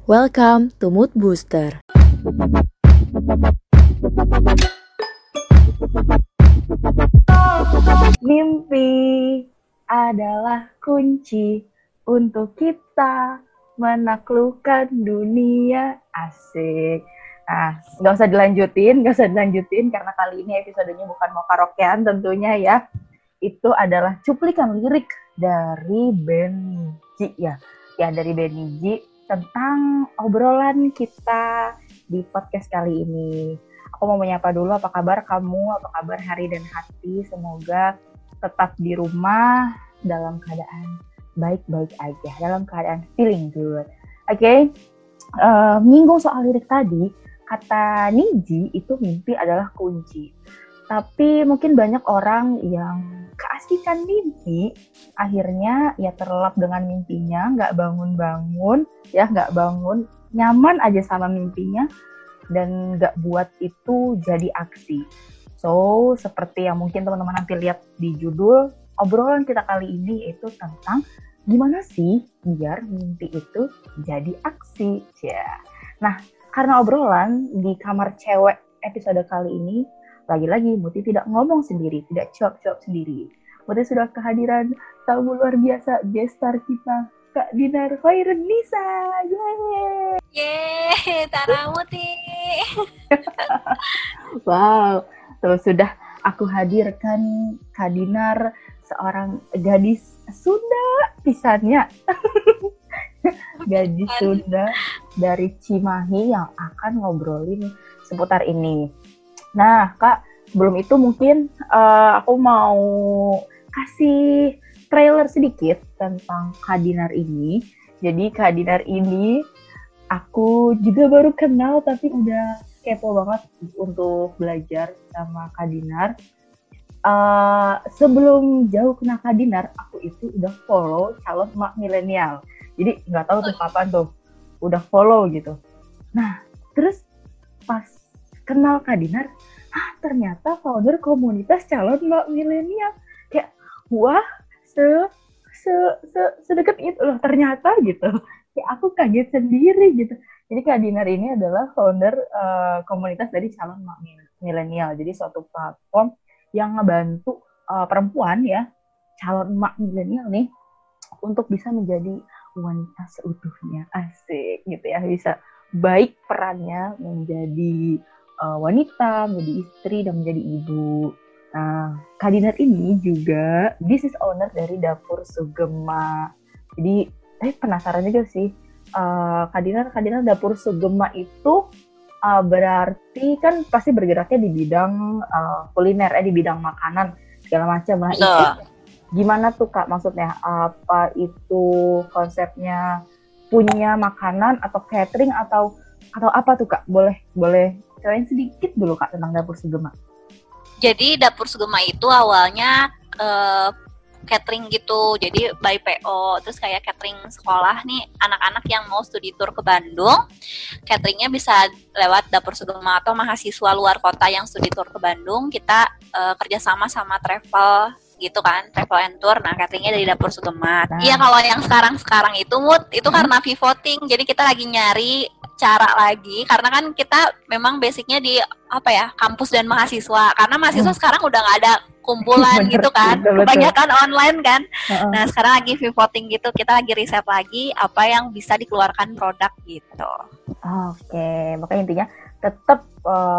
Welcome to Mood Booster. Mimpi adalah kunci untuk kita menaklukkan dunia. Asik. Nah, nggak usah dilanjutin karena kali ini episodenya bukan mau karaokean tentunya ya. Itu adalah cuplikan lirik dari Benny G ya. Ya, dari Benny G tentang obrolan kita di podcast kali ini. Aku mau menyapa dulu, apa kabar kamu, apa kabar hari dan hati, semoga tetap di rumah dalam keadaan baik-baik aja, dalam keadaan feeling good. Oke. Menyinggung soal lirik tadi, kata Niji itu mimpi adalah kunci. Tapi mungkin banyak orang yang keasikan mimpi, akhirnya ya terlelap dengan mimpinya, nggak bangun, nyaman aja sama mimpinya, dan nggak buat itu jadi aksi. So, seperti yang mungkin teman-teman nanti lihat di judul, obrolan kita kali ini itu tentang gimana sih biar mimpi itu jadi aksi. Ya. Nah, karena obrolan di kamar cewek episode kali ini, lagi-lagi Muti tidak ngomong sendiri, tidak cuap-cuap sendiri. Muti sudah kehadiran tamu luar biasa, guest star kita, Kak Dinar Khairunisa. Yeay! Yeay, Tara Muti. Wow, terus sudah aku hadirkan Kak Dinar, seorang gadis Sunda pisannya. Gadis Sunda dari Cimahi yang akan ngobrolin seputar ini. Nah, Kak, sebelum itu mungkin aku mau kasih trailer sedikit tentang Kak Dinar ini. Jadi Kak Dinar ini aku juga baru kenal tapi udah kepo banget untuk belajar sama Kak Dinar. Sebelum jauh kenal Kak Dinar, aku itu udah follow calon emak milenial. Jadi nggak tahu tuh kapan tuh udah follow gitu. Nah, terus pas kenal Kak Dinar, ternyata founder komunitas calon emak milenial. Kayak wah, sedekat itu loh ternyata gitu. Kayak aku kaget sendiri gitu. Jadi Kak Dinar ini adalah founder komunitas dari calon emak milenial. Jadi suatu platform yang ngebantu perempuan ya, calon emak milenial nih, untuk bisa menjadi wanita seutuhnya. Asik gitu ya, bisa baik perannya menjadi wanita, menjadi istri, dan menjadi ibu. Nah, Kak Dinar ini juga business owner dari Dapur Sugema. Jadi, penasaran juga sih, Kak Dinar Dapur Sugema itu berarti kan pasti bergeraknya di bidang kuliner, di bidang makanan segala macam lah. Itu gimana tuh Kak? Maksudnya apa itu konsepnya, punya makanan atau catering atau apa tuh Kak? Boleh ceritain sedikit dulu Kak tentang Dapur Sugema. Jadi Dapur Sugema itu awalnya catering gitu, jadi by PO, terus kayak catering sekolah nih, anak-anak yang mau studi tour ke Bandung, cateringnya bisa lewat Dapur Sugema, atau mahasiswa luar kota yang studi tour ke Bandung, kita kerjasama sama travel gitu kan, travel and tour. Nah, cateringnya dari Dapur Sugema. Iya, kalau yang sekarang itu itu karena pivoting, jadi kita lagi nyari cara lagi, karena kan kita memang basicnya di kampus dan mahasiswa, karena mahasiswa sekarang udah nggak ada kumpulan gitu kan, kebanyakan online kan. Nah, sekarang lagi pivoting gitu, kita lagi riset lagi apa yang bisa dikeluarkan produk gitu. Oke, makanya intinya tetap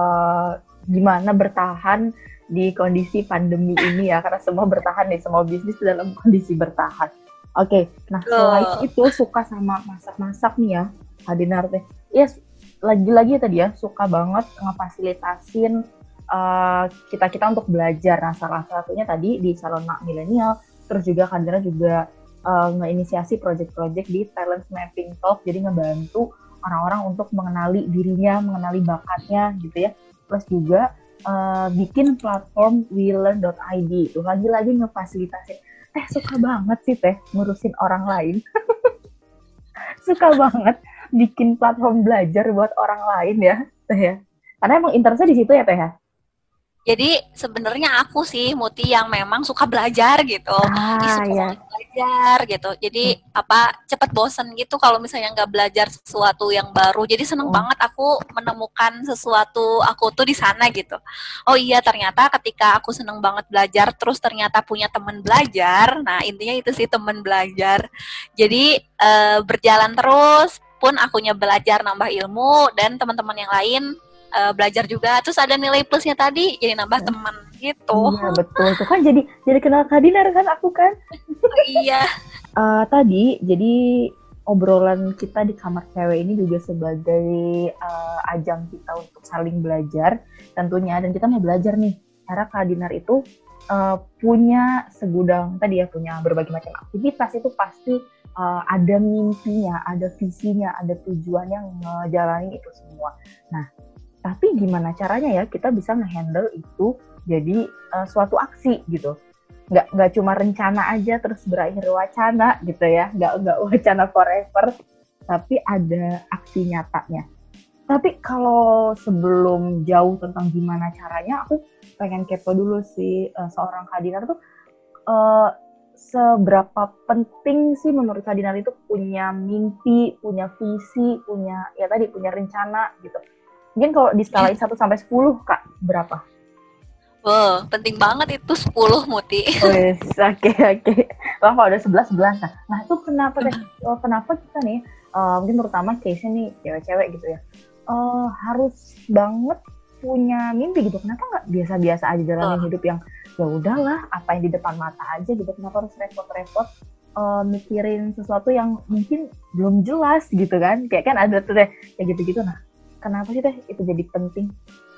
gimana bertahan di kondisi pandemi ini ya, karena semua bertahan nih, semua bisnis dalam kondisi bertahan. Oke, nah selain itu suka sama masak-masak nih ya, Kak Dinar teh. Yes, lagi-lagi tadi ya, suka banget ngefasilitasin kita untuk belajar. Nah, salah satunya tadi di calon emak milenial, terus juga Kak Dinar juga ngeinisiasi project-project di Talent Mapping Talk, jadi ngebantu orang-orang untuk mengenali dirinya, mengenali bakatnya gitu ya. Plus juga bikin platform welearn.id. Tuh lagi-lagi ngefasilitasin. Suka banget sih Teh ngurusin orang lain. Suka banget bikin platform belajar buat orang lain ya Teh ya. Karena emang interestnya di situ ya Teh ya. Jadi sebenarnya aku sih Muti yang memang suka belajar gitu. Suka Ya. banget belajar gitu. Jadi cepet bosen gitu kalau misalnya nggak belajar sesuatu yang baru. Jadi seneng banget aku menemukan sesuatu aku tuh di sana gitu. Oh iya, ternyata ketika aku seneng banget belajar, terus ternyata punya teman belajar. Nah intinya itu sih, teman belajar. Jadi berjalan terus pun akunya belajar nambah ilmu, dan teman-teman yang lain belajar juga, terus ada nilai plusnya tadi jadi nambah teman gitu. Iya betul, tuh kan jadi kenal Kak Dinar kan aku kan. Iya. Tadi jadi obrolan kita di kamar cewek ini juga sebagai ajang kita untuk saling belajar tentunya, dan kita mau belajar nih cara Kak Dinar itu punya segudang tadi ya, punya berbagai macam aktivitas, itu pasti ada mimpinya, ada visinya, ada tujuannya ngejalanin itu semua. Nah, tapi gimana caranya ya kita bisa ngehandle itu jadi suatu aksi gitu. Nggak cuma rencana aja terus berakhir wacana gitu ya, nggak wacana forever, tapi ada aksi nyatanya. Tapi kalau sebelum jauh tentang gimana caranya, aku pengen kepo dulu sih, seorang Kak Dinar tuh seberapa penting sih menurut Kak Dinar itu punya mimpi, punya visi, punya rencana gitu. Mungkin kalau diskalain 1 sampai 10, Kak, berapa? Wow, penting banget itu 10, Muti. Oke. Wah, kalau udah 11. Nah, itu kenapa kita nih, mungkin terutama case-nya nih, cewek-cewek gitu ya, harus banget punya mimpi gitu. Kenapa nggak biasa-biasa aja jalanin hidup yang, ya udahlah, apa yang di depan mata aja gitu. Kenapa harus repot-repot mikirin sesuatu yang mungkin belum jelas gitu kan. Kayak kan ada tuh deh, kayak gitu-gitu. Nah, kenapa sih itu jadi penting?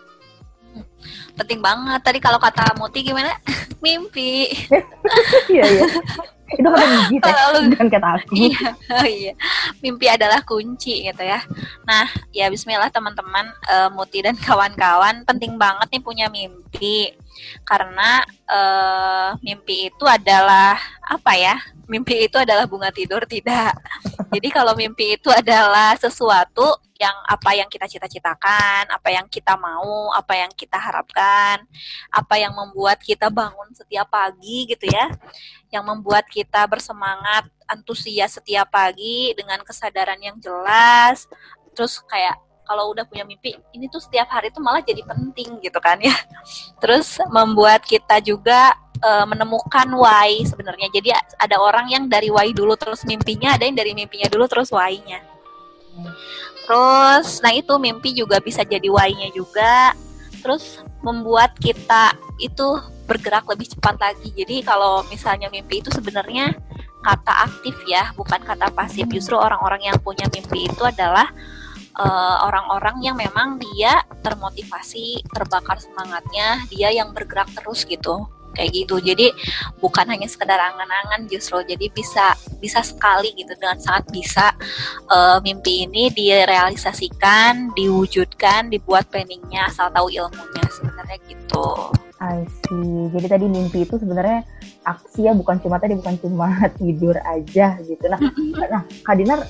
Penting banget. Tadi kalau kata Muti gimana? Mimpi. Iya. Itu kata Gigi bukan kata aku. Iya. Mimpi adalah kunci gitu ya. Nah, ya bismillah teman-teman, Muti dan kawan-kawan, penting banget nih punya mimpi. Karena mimpi itu adalah apa ya? Mimpi itu adalah bunga tidur, tidak. Jadi kalau mimpi itu adalah sesuatu yang apa yang kita cita-citakan, apa yang kita mau, apa yang kita harapkan, apa yang membuat kita bangun setiap pagi gitu ya, yang membuat kita bersemangat, antusias setiap pagi dengan kesadaran yang jelas. Terus kayak kalau udah punya mimpi, ini tuh setiap hari tuh malah jadi penting gitu kan ya. Terus membuat kita juga menemukan why sebenarnya. Jadi ada orang yang dari why dulu terus mimpinya, ada yang dari mimpinya dulu terus why-nya. Terus, nah itu mimpi juga bisa jadi why-nya juga. Terus membuat kita itu bergerak lebih cepat lagi. Jadi kalau misalnya mimpi itu sebenarnya kata aktif ya, bukan kata pasif. Justru orang-orang yang punya mimpi itu adalah orang-orang yang memang dia termotivasi, terbakar semangatnya, dia yang bergerak terus gitu. Kayak gitu. Jadi bukan hanya sekedar angan-angan, justru jadi bisa sekali gitu, dengan sangat bisa mimpi ini direalisasikan, diwujudkan, dibuat planningnya, asal tahu ilmunya sebenarnya gitu. I see. Jadi tadi mimpi itu sebenarnya aksi ya, bukan cuma tidur aja gitu. Nah Kak Dinar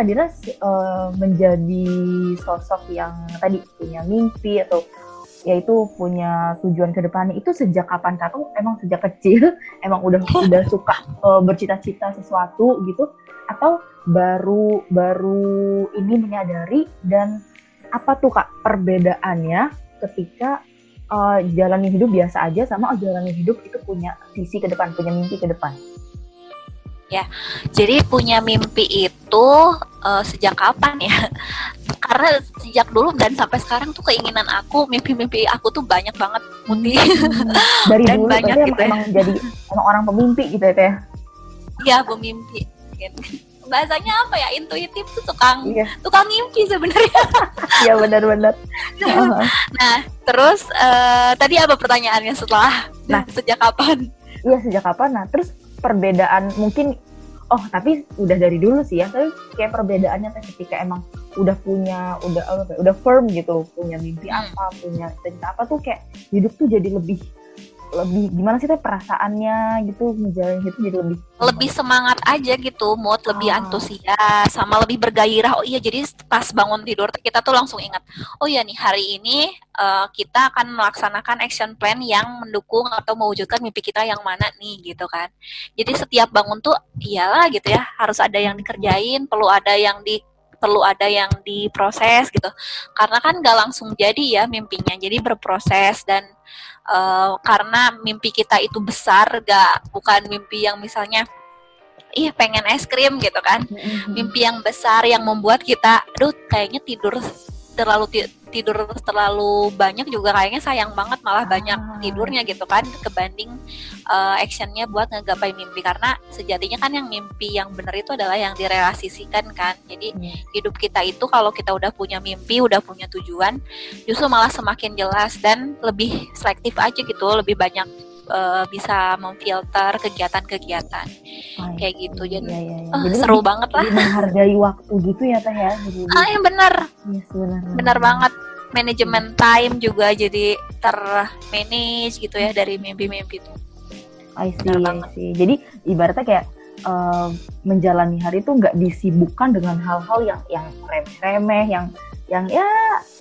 menjadi sosok yang tadi punya mimpi atau yaitu punya tujuan ke depannya itu sejak kapan? Kak? Emang sejak kecil emang udah suka bercita-cita sesuatu gitu, atau baru ini menyadari? Dan apa tuh Kak perbedaannya ketika jalani hidup biasa aja sama jalani hidup itu punya visi ke depan, punya mimpi ke depan? Ya, jadi punya mimpi itu sejak kapan ya? Karena sejak dulu dan sampai sekarang tuh keinginan aku, mimpi-mimpi aku tuh banyak banget, Muti. Dari dan dulu banyak gitu emang orang pemimpi gitu ya Teh? Iya, pemimpi. Bahasanya apa ya? Intuitif tuh tukang mimpi sebenarnya. Iya benar-benar. Nah, terus tadi apa pertanyaannya setelah? Nah, sejak kapan? Iya, sejak kapan? Nah, terus perbedaan mungkin, tapi udah dari dulu sih ya, tapi kayak perbedaannya ketika emang udah firm gitu, punya mimpi apa, punya cerita apa tuh, kayak hidup tuh jadi lebih lebih gimana sih teh perasaannya gitu ngejalanin itu jadi lebih semangat aja gitu, mood lebih antusias, sama lebih bergairah. Oh iya, jadi pas bangun tidur kita tuh langsung ingat, oh iya nih hari ini kita akan melaksanakan action plan yang mendukung atau mewujudkan mimpi kita yang mana nih gitu kan. Jadi setiap bangun tuh iyalah gitu ya, harus ada yang dikerjain, perlu ada yang diproses gitu. Karena kan gak langsung jadi ya mimpinya, jadi berproses. Dan karena mimpi kita itu besar, bukan mimpi yang misalnya pengen es krim gitu kan. Mimpi yang besar yang membuat kita aduh kayaknya tidur terlalu banyak juga kayaknya sayang banget, malah banyak tidurnya gitu kan, kebanding actionnya buat ngegapai mimpi. Karena sejatinya kan yang mimpi yang benar itu adalah yang direalisasikan kan. Jadi hidup kita itu kalau kita udah punya mimpi, udah punya tujuan, justru malah semakin jelas dan lebih selektif aja gitu, lebih banyak bisa memfilter kegiatan-kegiatan kayak gitu. Jadi, jadi seru banget lah. Menghargai waktu gitu ya teh ya. Yang benar. Yes, benar banget. Manajemen time juga jadi termanage gitu ya dari mimpi-mimpi itu. I see. Jadi ibaratnya kayak menjalani hari itu nggak disibukkan dengan hal-hal yang remeh-remeh, yang ya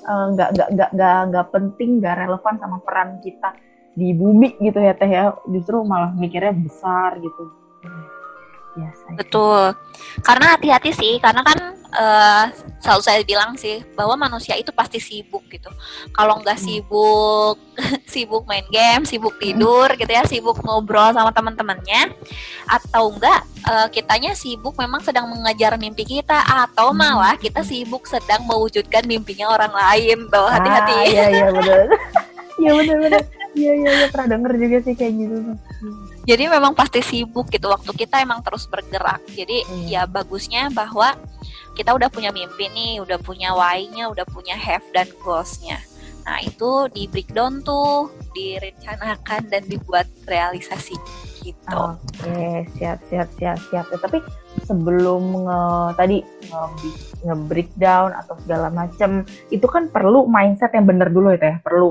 nggak penting, nggak relevan sama peran kita di bumi gitu ya teh ya, justru malah mikirnya besar gitu. Yes, betul. Karena hati-hati sih, karena kan selalu saya bilang sih bahwa manusia itu pasti sibuk gitu. Kalau nggak sibuk, sibuk main game, sibuk tidur gitu ya, sibuk ngobrol sama teman-temannya, atau enggak kitanya sibuk memang sedang mengejar mimpi kita, atau malah kita sibuk sedang mewujudkan mimpinya orang lain. Tuh hati-hati. Iya benar. Iya benar. Iya pernah denger juga sih kayak gitu. Jadi memang pasti sibuk gitu, waktu kita emang terus bergerak. Jadi ya bagusnya bahwa kita udah punya mimpi nih, udah punya why-nya, udah punya have dan goals-nya. Nah itu di breakdown tuh, direncanakan dan dibuat realisasi gitu. Oke, siap. Tapi sebelum tadi nge-breakdown atau segala macam, itu kan perlu mindset yang benar dulu ya teh. Perlu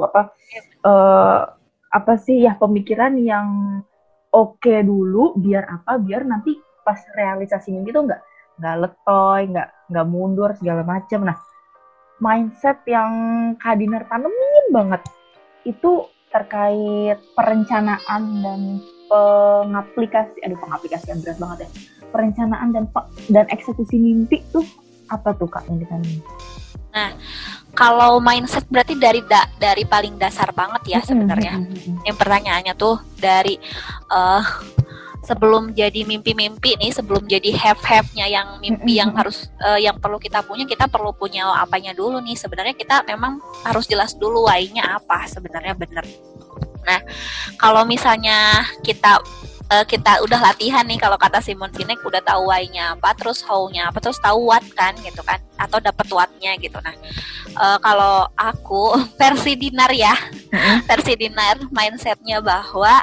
apa sih ya, pemikiran yang oke dulu, biar nanti pas realisasi mimpi itu nggak letoy, nggak mundur segala macam. Nah, mindset yang Kak Dinar tanemin banget itu terkait perencanaan dan pengaplikasi yang berat banget ya. Perencanaan dan eksekusi mimpi tuh apa tuh Kak yang ditanemin? Nah, kalau mindset berarti dari paling dasar banget ya sebenarnya. Yang pertanyaannya tuh dari sebelum jadi mimpi-mimpi nih, sebelum jadi have-nya yang mimpi yang harus yang perlu kita perlu punya apanya dulu nih. Sebenarnya kita memang harus jelas dulu why-nya apa sebenarnya bener. Nah, kalau misalnya kita udah latihan nih, kalau kata Simon Sinek udah tahu why-nya apa, terus how-nya apa, terus tahu what kan gitu kan, atau dapat what-nya gitu. Nah, kalau aku versi Dinar ya, versi Dinar mindset-nya bahwa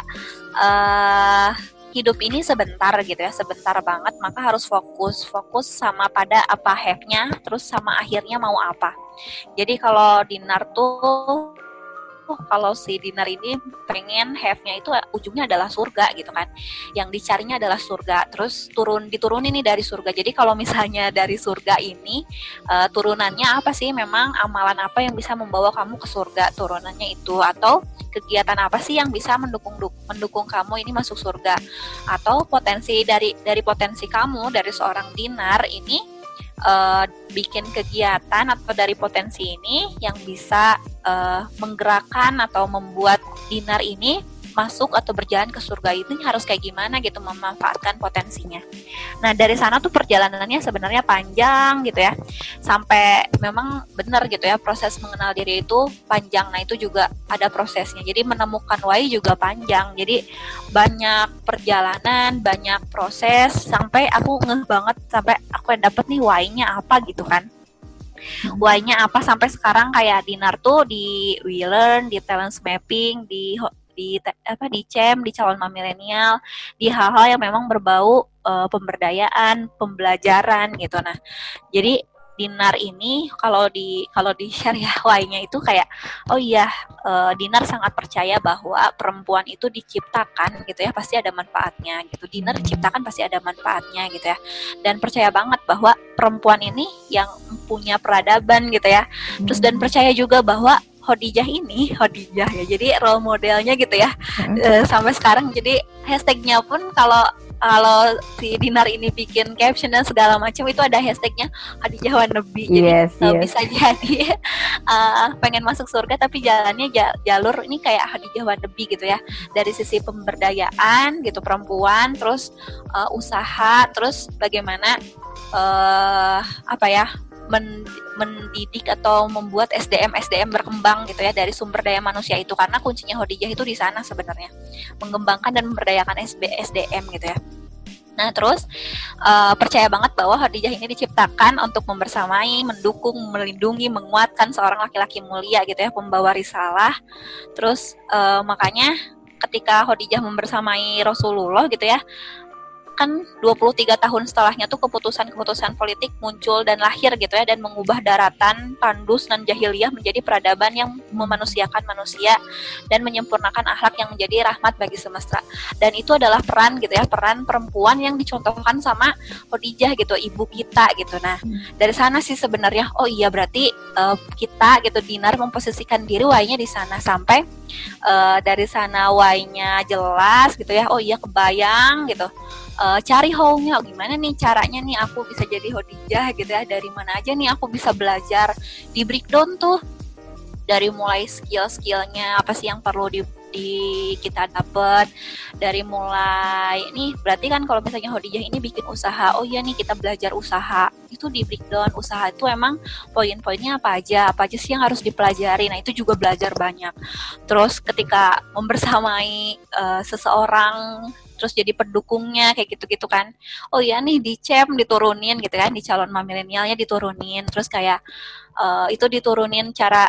hidup ini sebentar gitu ya, sebentar banget, maka harus fokus sama pada apa have-nya, terus sama akhirnya mau apa. Jadi kalau Dinar tuh, kalau si Dinar ini pengen have-nya itu ujungnya adalah surga gitu kan, yang dicarinya adalah surga, terus diturunin nih dari surga. Jadi kalau misalnya dari surga ini turunannya apa sih, memang amalan apa yang bisa membawa kamu ke surga, turunannya itu, atau kegiatan apa sih yang bisa mendukung kamu ini masuk surga, atau potensi dari potensi kamu dari seorang Dinar ini bikin kegiatan atau dari potensi ini yang bisa menggerakkan atau membuat Dinar ini masuk atau berjalan ke surga itu harus kayak gimana gitu, memanfaatkan potensinya. Nah dari sana tuh perjalanannya sebenarnya panjang gitu ya, sampai memang benar gitu ya, proses mengenal diri itu panjang. Nah itu juga ada prosesnya, jadi menemukan why juga panjang, jadi banyak perjalanan, banyak proses, sampai aku ngeh banget, sampai aku dapet nih why-nya apa gitu kan. Why-nya apa sampai sekarang kayak Dinar tuh di We Learn, di Talent Mapping, di CEM, di calon mama milenial, di hal-hal yang memang berbau pemberdayaan, pembelajaran gitu. Nah, jadi Dinar ini kalau di share ya why-nya itu kayak oh iya, Dinar sangat percaya bahwa perempuan itu diciptakan gitu ya pasti ada manfaatnya gitu. Dinar diciptakan pasti ada manfaatnya gitu ya. Dan percaya banget bahwa perempuan ini yang punya peradaban gitu ya. Terus dan percaya juga bahwa Khadijah ya jadi role modelnya gitu ya sampai sekarang. Jadi hashtagnya pun kalau si Dinar ini bikin caption dan segala macam itu ada hashtagnya Khadijah wannabe. Jadi bisa jadi pengen masuk surga tapi jalannya jalur ini kayak Khadijah wannabe gitu ya. Dari sisi pemberdayaan gitu perempuan, terus usaha, terus bagaimana mendidik atau membuat SDM berkembang gitu ya dari sumber daya manusia itu, karena kuncinya Khadijah itu di sana sebenarnya, mengembangkan dan memberdayakan SDM gitu ya. Nah terus percaya banget bahwa Khadijah ini diciptakan untuk membersamai, mendukung, melindungi, menguatkan seorang laki-laki mulia gitu ya, pembawa risalah. Terus makanya ketika Khadijah membersamai Rasulullah gitu ya, kan 23 tahun setelahnya tuh keputusan-keputusan politik muncul dan lahir gitu ya, dan mengubah daratan tandus dan jahiliyah menjadi peradaban yang memanusiakan manusia dan menyempurnakan akhlak yang menjadi rahmat bagi semesta. Dan itu adalah peran gitu ya, peran perempuan yang dicontohkan sama Khadijah gitu, ibu kita gitu. Nah dari sana sih sebenarnya oh iya berarti kita gitu Dinar memposisikan diri why-nya di sana, sampai dari sana why-nya jelas gitu ya, oh iya kebayang gitu. Cari how-nya, gimana nih caranya nih aku bisa jadi Khadijah gitu ya, dari mana aja nih aku bisa belajar. Di breakdown tuh dari mulai skill-skillnya apa sih yang perlu kita dapat, dari mulai ini berarti kan kalau misalnya Khadijah ini bikin usaha, oh iya nih kita belajar usaha, itu di breakdown usaha itu emang poin-poinnya apa aja sih yang harus dipelajari. Nah itu juga belajar banyak. Terus ketika membersamai seseorang terus jadi pendukungnya kayak gitu-gitu kan, oh ya nih di CEM diturunin gitu kan, di calon mama milenialnya diturunin, terus kayak itu diturunin cara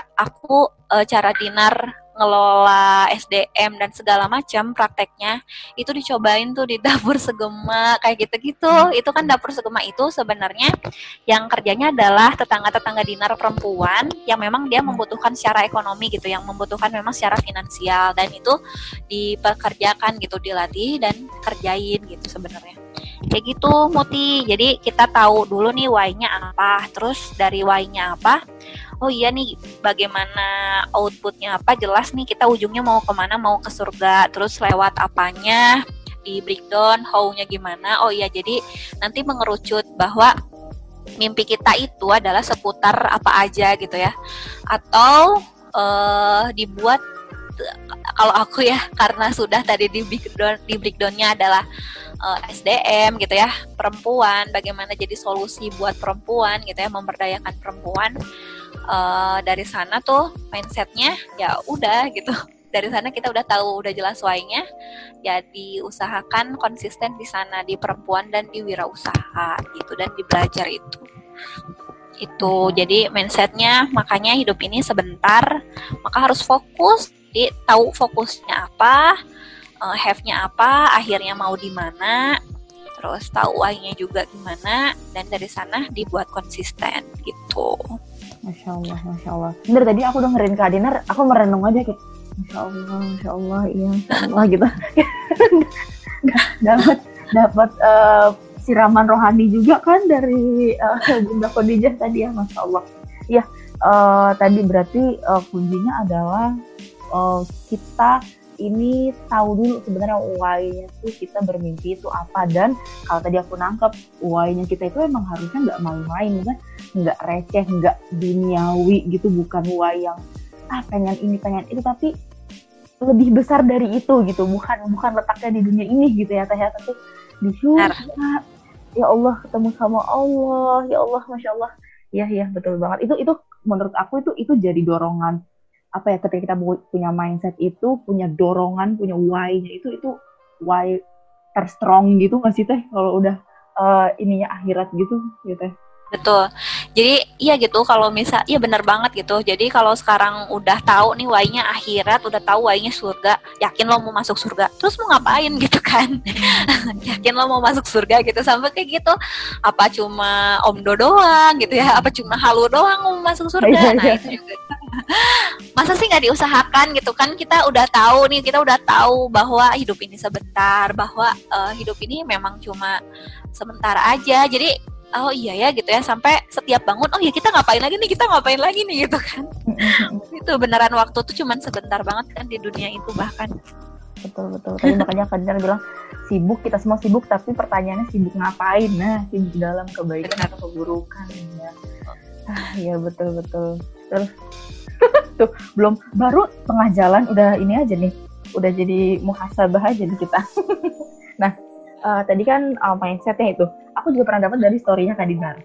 Dinar ngelola SDM dan segala macam prakteknya itu dicobain tuh di dapur Segema kayak gitu-gitu. Itu kan dapur Segema itu sebenarnya yang kerjanya adalah tetangga-tetangga Dinar perempuan yang memang dia membutuhkan secara ekonomi gitu, yang membutuhkan memang secara finansial, dan itu dipekerjakan gitu, dilatih dan kerjain gitu sebenarnya. Kayak gitu Muti. Jadi kita tahu dulu nih why-nya apa, terus dari why-nya apa, oh iya nih bagaimana outputnya apa, jelas nih kita ujungnya mau kemana, mau ke surga, terus lewat apanya di breakdown, how-nya gimana. Oh iya jadi nanti mengerucut bahwa mimpi kita itu adalah seputar apa aja gitu ya, atau dibuat kalau aku ya karena sudah tadi di breakdownnya adalah SDM gitu ya, perempuan, bagaimana jadi solusi buat perempuan gitu ya, memberdayakan perempuan. Dari sana tuh mindsetnya ya udah gitu, dari sana kita udah tahu, udah jelas why-nya, ya diusahakan konsisten di sana, di perempuan dan di wirausaha gitu, dan di belajar itu. Jadi mindsetnya, makanya hidup ini sebentar, maka harus fokus, tahu fokusnya apa, have-nya apa, akhirnya mau di mana, terus tahu why-nya juga gimana, dan dari sana dibuat konsisten gitu. Masya Allah. Bener, tadi aku dengerin Kak Dinar, aku merenung aja kayak Masya Allah, iya Masya Allah gitu. dapat siraman rohani juga kan dari Bunda Khadijah tadi ya, Masya Allah. Iya, tadi berarti kuncinya adalah kita ini tahu dulu sebenarnya why-nya tuh kita bermimpi itu apa. Dan kalau tadi aku nangkep why-nya kita itu emang harusnya nggak main-main kan, nggak receh, nggak duniawi gitu, bukan why yang pengen ini pengen itu, tapi lebih besar dari itu gitu, bukan letaknya di dunia ini gitu ya Teh, tapi di surga. Ya Allah, ketemu sama Allah, ya Allah, Masya Allah. Ya betul banget. Itu menurut aku itu jadi dorongan apa ya, ketika kita punya mindset itu, punya dorongan, punya why-nya itu why terstrong gitu nggak sih Teh, kalau udah ininya akhirat gitu Teh? Betul. Jadi iya gitu kalau iya benar banget gitu. Jadi kalau sekarang udah tahu nih why-nya akhirat, udah tahu why-nya surga, yakin lo mau masuk surga. Terus mau ngapain gitu kan? Yakin lo mau masuk surga gitu sampai kayak gitu. Apa cuma omdo doang gitu ya? Apa cuma halu doang mau masuk surga? Nah, itu juga. Masa sih nggak diusahakan gitu kan? Kita udah tahu bahwa hidup ini sebentar, bahwa hidup ini memang cuma sebentar aja. Jadi oh iya ya gitu ya, sampai setiap bangun oh ya kita ngapain lagi nih gitu kan. Itu beneran waktu tuh cuman sebentar banget kan di dunia itu bahkan. Betul. Tadi makanya Kadina bilang sibuk, kita semua sibuk, tapi pertanyaannya sibuk ngapain? Nah, sibuk dalam kebaikan atau keburukan ya. Ya betul. Terus tuh belum, baru tengah jalan udah ini aja nih, udah jadi muhasabah aja nih kita. Nah, tadi kan mindsetnya itu, aku juga pernah dapat dari story-nya Kak Dinar.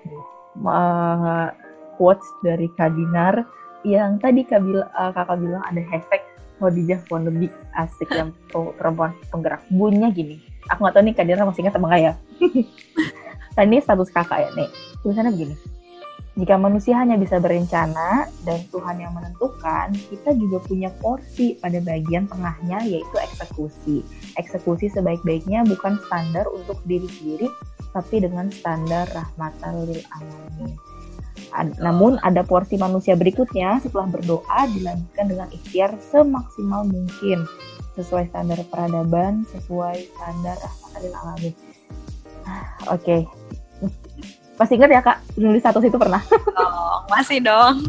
Quotes dari Kak Dinar yang tadi kakak bilang ada hashtag Khadijah wannabe, asik, yang perempuan penggerak. Bunyinya gini, aku nggak tahu nih Kak Dinar masih ingat apa nggak ya. Nah, ini status kakak ya nih, tulisannya begini. Jika manusia hanya bisa berencana dan Tuhan yang menentukan, kita juga punya porsi pada bagian tengahnya, yaitu eksekusi. Eksekusi sebaik-baiknya bukan standar untuk diri sendiri, tapi dengan standar rahmatan lil alamin. Namun ada porsi manusia berikutnya setelah berdoa dilanjutkan dengan ikhtiar semaksimal mungkin, sesuai standar peradaban, sesuai standar rahmatan lil alamin. Oke. Masih ingat ya Kak, nulis status itu pernah? Oh, masih dong.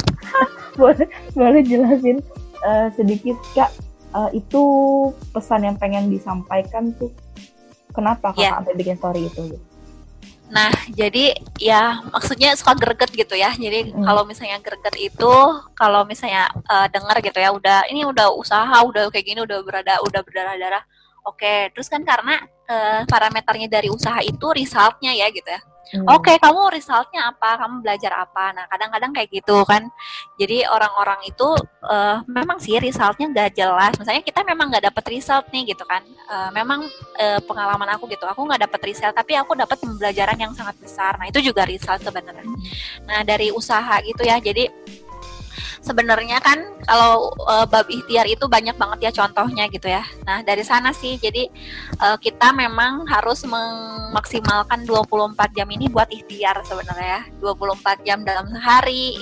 boleh jelasin sedikit Kak, itu pesan yang pengen disampaikan tuh kenapa Kakak sampai bikin story itu? Nah, jadi ya maksudnya suka greget gitu ya. Jadi kalau misalnya greget itu, kalau misalnya dengar gitu ya, udah usaha, udah kayak gini, udah berdarah-darah. Oke, terus kan karena parameternya dari usaha itu resultnya ya gitu ya. Oke, kamu resultnya apa? Kamu belajar apa? Nah, kadang-kadang kayak gitu kan. Jadi orang-orang itu memang sih resultnya nggak jelas. Misalnya kita memang nggak dapet result nih gitu kan. Memang pengalaman aku gitu, aku nggak dapet result, tapi aku dapat pembelajaran yang sangat besar. Nah, itu juga result sebenarnya. Nah, dari usaha gitu ya. Jadi sebenarnya kan kalau bab ikhtiar itu banyak banget ya contohnya gitu ya. Nah, dari sana sih jadi kita memang harus memaksimalkan 24 jam ini buat ikhtiar sebenarnya. 24 jam dalam sehari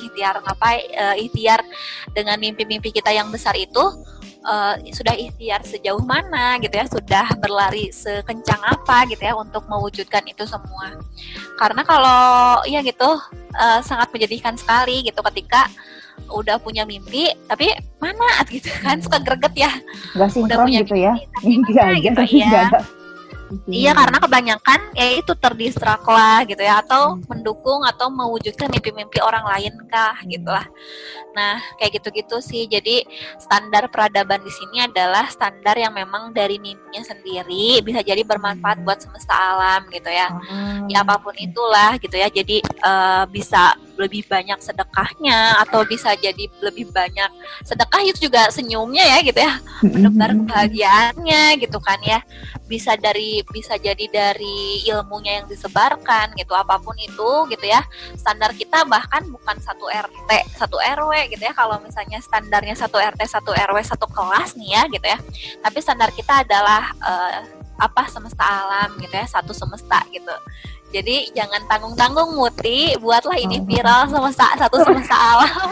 ikhtiar dengan mimpi-mimpi kita yang besar itu. Sudah ikhtiar sejauh mana gitu ya, sudah berlari sekencang apa gitu ya untuk mewujudkan itu semua. Karena kalau ya gitu sangat menyedihkan sekali gitu ketika udah punya mimpi tapi mana gitu kan, suka greget ya. Gak sinkron udah punya gitu ya, mimpi aja gitu tapi ya. gak ada. Iya, karena kebanyakan ya itu terdistrak lah gitu ya, atau mendukung atau mewujudkan mimpi-mimpi orang lain kah gitulah. Nah, kayak gitu-gitu sih. Jadi standar peradaban di sini adalah standar yang memang dari mimpinya sendiri bisa jadi bermanfaat buat semesta alam gitu ya. Ya apapun itulah gitu ya. Jadi bisa lebih banyak sedekahnya atau bisa jadi lebih banyak sedekah itu juga senyumnya ya gitu ya. Menebar kebahagiaannya gitu kan ya. Bisa jadi dari ilmunya yang disebarkan gitu, apapun itu gitu ya. Standar kita bahkan bukan 1 RT 1 RW gitu ya, kalau misalnya standarnya 1 RT 1 RW 1 kelas nih ya gitu ya, tapi standar kita adalah semesta alam gitu ya, satu semesta gitu. Jadi jangan tanggung-tanggung Muti, buatlah ini viral satu semesta alam.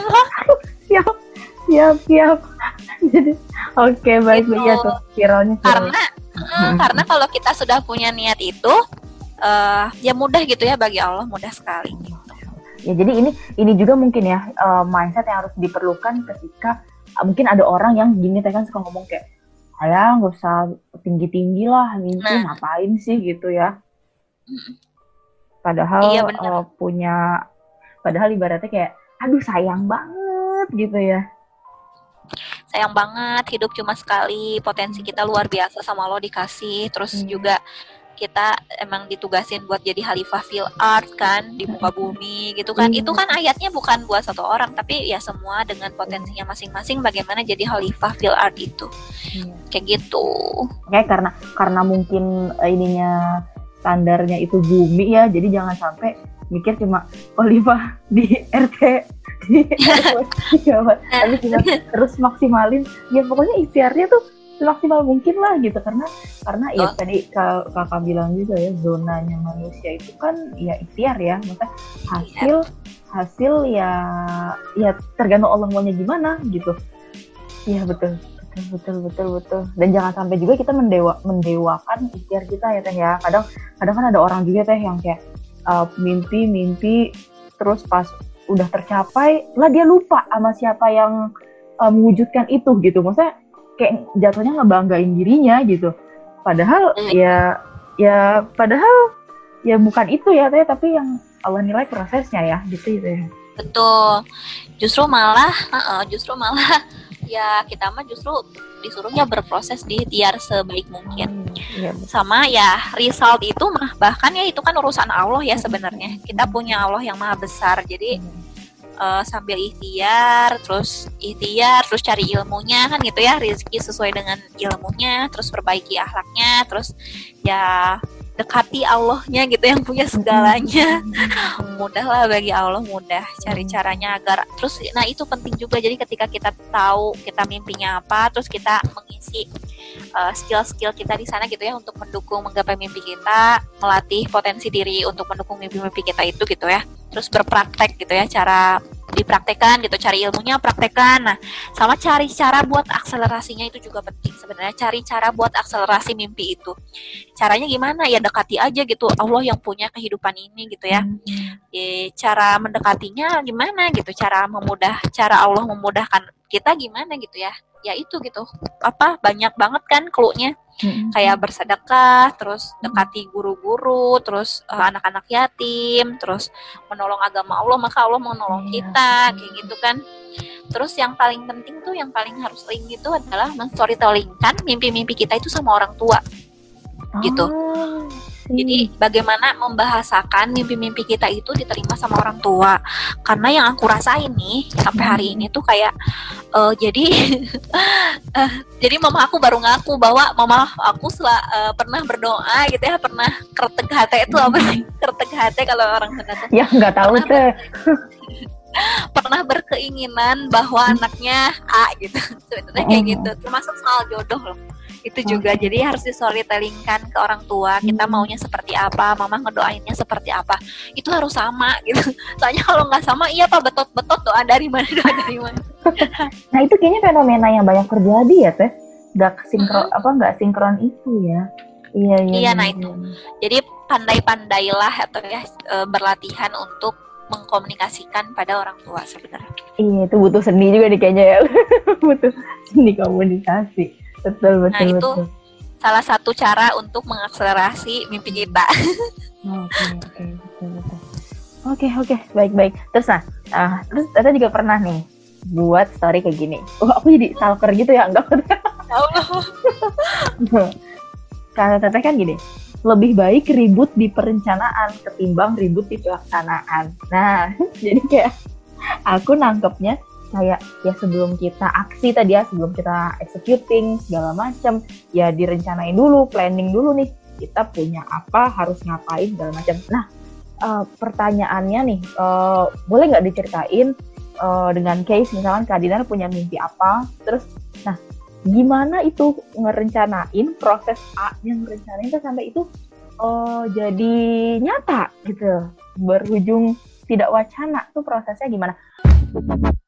Siap. Jadi oke, baik gitu. Ya tuh viralnya. Karena kalau kita sudah punya niat itu ya mudah gitu ya, bagi Allah mudah sekali gitu. Ya jadi ini juga mungkin ya mindset yang harus diperlukan ketika mungkin ada orang yang gini kan suka ngomong kayak nggak usah tinggi-tinggi lah mimpi, ngapain sih gitu ya. Padahal padahal ibaratnya kayak aduh sayang banget gitu ya. Sayang banget, hidup cuma sekali, potensi kita luar biasa sama Allah dikasih. Terus juga kita emang ditugasin buat jadi khalifah fil ard kan, di muka bumi gitu kan. Itu kan ayatnya bukan buat satu orang, tapi ya semua dengan potensinya masing-masing bagaimana jadi khalifah fil ard itu. Kayak gitu. Karena mungkin ininya standarnya itu bumi ya, jadi jangan sampai mikir cuma Olivia di RT di RW tapi cuma terus maksimalin ya pokoknya ikhtiarnya tuh semaksimal mungkin lah gitu karena ya tadi kakak bilang juga ya zonanya manusia itu kan ya ikhtiar ya maksudnya hasil ya tergantung Allah maunya gimana gitu ya betul dan jangan sampai juga kita mendewakan ikhtiar kita ya teh ya kadang kan ada orang juga teh yang kayak mimpi terus pas udah tercapai lah dia lupa sama siapa yang mewujudkan itu gitu maksudnya kayak jatuhnya ngebanggain dirinya gitu padahal ya bukan itu ya teh tapi yang Allah nilai prosesnya ya gitu ya betul justru malah ya kita mah justru disuruhnya berproses di ikhtiar sebaik mungkin sama ya result itu mah bahkan ya itu kan urusan Allah ya sebenarnya kita punya Allah yang maha besar jadi sambil ikhtiar terus cari ilmunya kan gitu ya rezeki sesuai dengan ilmunya terus perbaiki akhlaknya terus ya dekati Allahnya gitu yang punya segalanya mudahlah bagi Allah mudah cari caranya agar terus nah itu penting juga jadi ketika kita tahu kita mimpinya apa terus kita mengisi skill-skill kita di sana gitu ya untuk mendukung menggapai mimpi kita melatih potensi diri untuk mendukung mimpi-mimpi kita itu gitu ya terus berpraktek gitu ya cara dipraktekkan gitu cari ilmunya praktekkan nah sama cari cara buat akselerasinya itu juga penting sebenarnya cari cara buat akselerasi mimpi itu caranya gimana ya dekati aja gitu Allah yang punya kehidupan ini gitu ya cara mendekatinya gimana gitu cara Allah memudahkan kita gimana gitu ya itu gitu banyak banget kan clue-nya kayak bersedekah terus dekati guru-guru terus anak-anak yatim terus menolong agama Allah maka Allah menolong kita kayak gitu kan terus yang paling penting tuh yang paling harus sering itu adalah men-storytellingkan mimpi-mimpi kita itu sama orang tua gitu jadi bagaimana membahasakan mimpi-mimpi kita itu diterima sama orang tua karena yang aku rasain nih sampai hari ini tuh kayak jadi mama aku baru ngaku bahwa mama aku pernah berdoa gitu ya pernah kerteg hati itu apa sih kerteg hati kalau orang Sunda ya nggak tahu tuh pernah berkeinginan bahwa anaknya A gitu sebenarnya kayak gitu termasuk soal jodoh loh itu juga jadi harus di-storytellingkan ke orang tua kita maunya seperti apa mama ngedoainnya seperti apa itu harus sama gitu soalnya kalau nggak sama iya pak betot doa dari mana nah itu kayaknya fenomena yang banyak terjadi ya teh nggak sinkron itu ya iya nah itu jadi pandai-pandailah atau ya berlatihan untuk mengkomunikasikan pada orang tua sebenarnya iya itu butuh seni juga nih kayaknya ya butuh seni komunikasi betul. Itu salah satu cara untuk mengakselerasi mimpi kita. Oke, baik. Terus terus Tata juga pernah nih buat story kayak gini. Aku jadi stalker gitu ya, enggak? Karena Tata kan gini, lebih baik ribut di perencanaan ketimbang ribut di pelaksanaan. Nah, jadi kayak aku nangkepnya kayak ya sebelum kita aksi tadi ya sebelum kita executing segala macam ya direncanain dulu planning dulu nih kita punya apa harus ngapain segala macam. Nah pertanyaannya nih boleh nggak diceritain dengan case misalkan Kak Dinar punya mimpi apa terus nah gimana itu ngerencanain proses A yang ngerencanain tuh sampai itu jadi nyata gitu berujung tidak wacana tuh prosesnya gimana?